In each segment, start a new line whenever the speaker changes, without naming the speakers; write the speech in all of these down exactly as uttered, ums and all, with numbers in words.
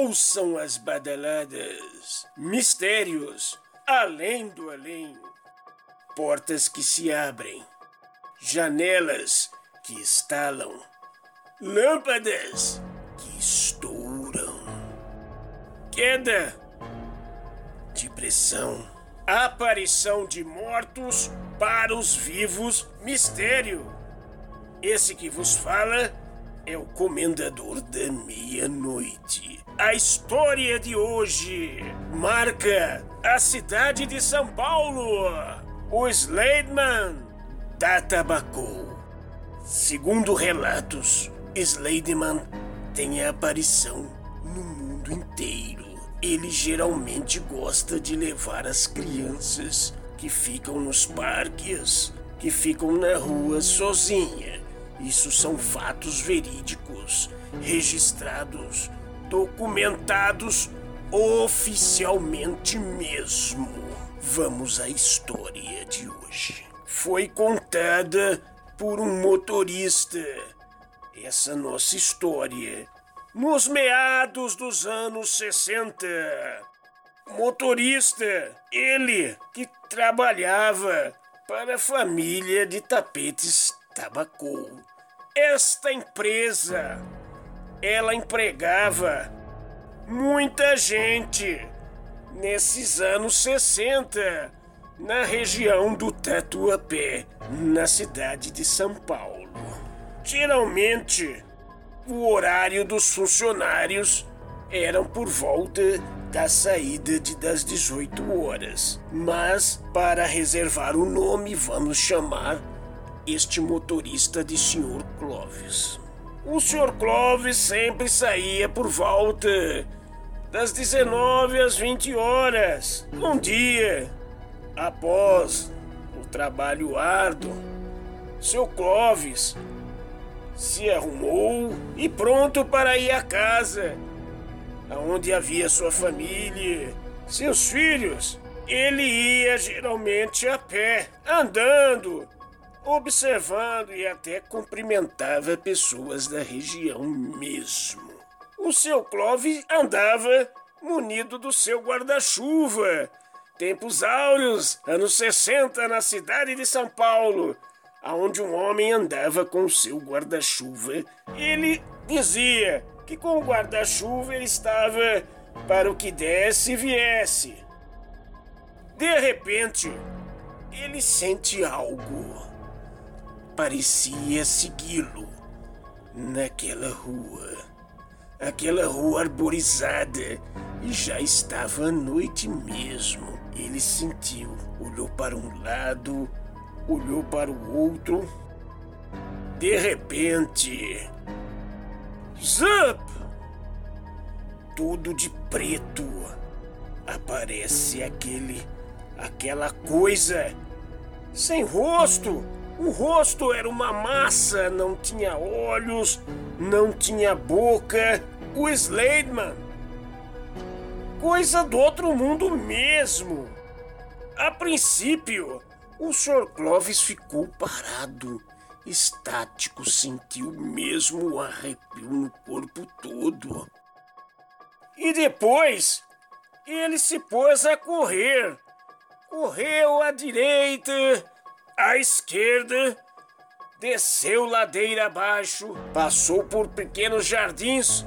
Ouçam as badaladas, mistérios além do além, portas que se abrem, janelas que estalam, lâmpadas que estouram, queda de pressão, aparição de mortos para os vivos, mistério. Esse que vos fala é o Comendador da Meia-Noite. A história de hoje marca a cidade de São Paulo. O Slademan da Tabacou. Segundo relatos, Slademan tem a aparição no mundo inteiro. Ele geralmente gosta de levar as crianças que ficam nos parques, que ficam na rua sozinha. Isso são fatos verídicos, registrados, documentados oficialmente mesmo. Vamos à história de hoje. Foi contada por um motorista. Essa nossa história, nos meados dos anos sessenta. Motorista, ele que trabalhava para a família de tapetes Tabacou. Esta empresa, ela empregava muita gente nesses anos sessenta na região do Tatuapé, na cidade de São Paulo. Geralmente, o horário dos funcionários eram por volta da saída de das dezoito horas. Mas, para reservar o nome, vamos chamar este motorista de senhor Clóvis. O senhor Clóvis sempre saía por volta das dezenove às vinte horas. Um dia, após o trabalho árduo, seu Clóvis se arrumou e pronto para ir à casa, onde havia sua família, seus filhos. Ele ia geralmente a pé, andando, observando e até cumprimentava pessoas da região mesmo. O seu Clóvis andava munido do seu guarda-chuva. Tempos áureos, anos sessenta, na cidade de São Paulo, aonde um homem andava com o seu guarda-chuva. Ele dizia que com o guarda-chuva ele estava para o que desse e viesse. De repente, ele sente algo. Parecia segui-lo naquela rua. Aquela rua arborizada, e já estava à noite mesmo. Ele sentiu, olhou para um lado, olhou para o outro. De repente, zup! Todo de preto. Aparece aquele, aquela coisa sem rosto. O rosto era uma massa, não tinha olhos, não tinha boca. O Slademan. Coisa do outro mundo mesmo. A princípio, o senhor Clóvis ficou parado, estático, sentiu mesmo o arrepio no corpo todo. E depois, ele se pôs a correr. Correu à direita, à esquerda, desceu ladeira abaixo, passou por pequenos jardins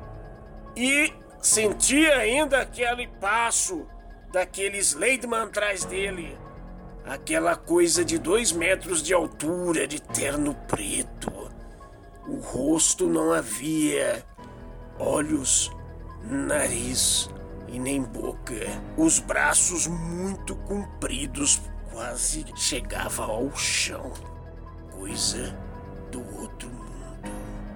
e sentia ainda aquele passo daquele Slademan atrás dele. Aquela coisa de dois metros de altura, de terno preto. O rosto não havia olhos, nariz e nem boca. Os braços muito compridos, quase chegava ao chão. Coisa do outro mundo.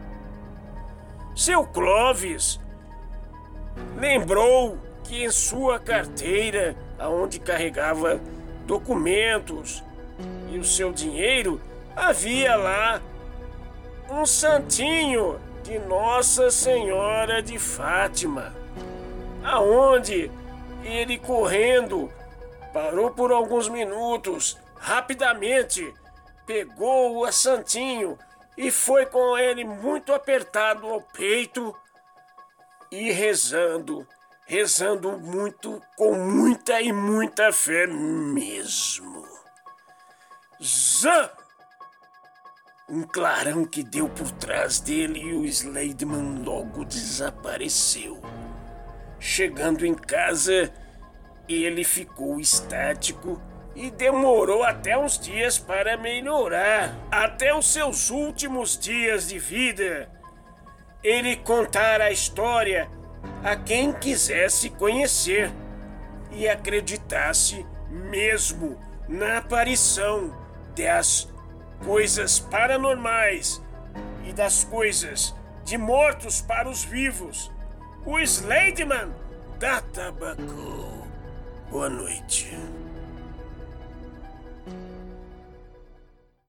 Seu Clóvis lembrou que em sua carteira, aonde carregava documentos e o seu dinheiro, havia lá um santinho de Nossa Senhora de Fátima, aonde ele, correndo, parou por alguns minutos, rapidamente pegou o santinho e foi com ele muito apertado ao peito e rezando, rezando muito, com muita e muita fé mesmo. Zã! Um clarão que deu por trás dele e o Slademan logo desapareceu. Chegando em casa, ele ficou estático e demorou até uns dias para melhorar. Até os seus últimos dias de vida, ele contara a história a quem quisesse conhecer e acreditasse mesmo na aparição das coisas paranormais e das coisas de mortos para os vivos. O Slademan da Tabaco. Boa noite.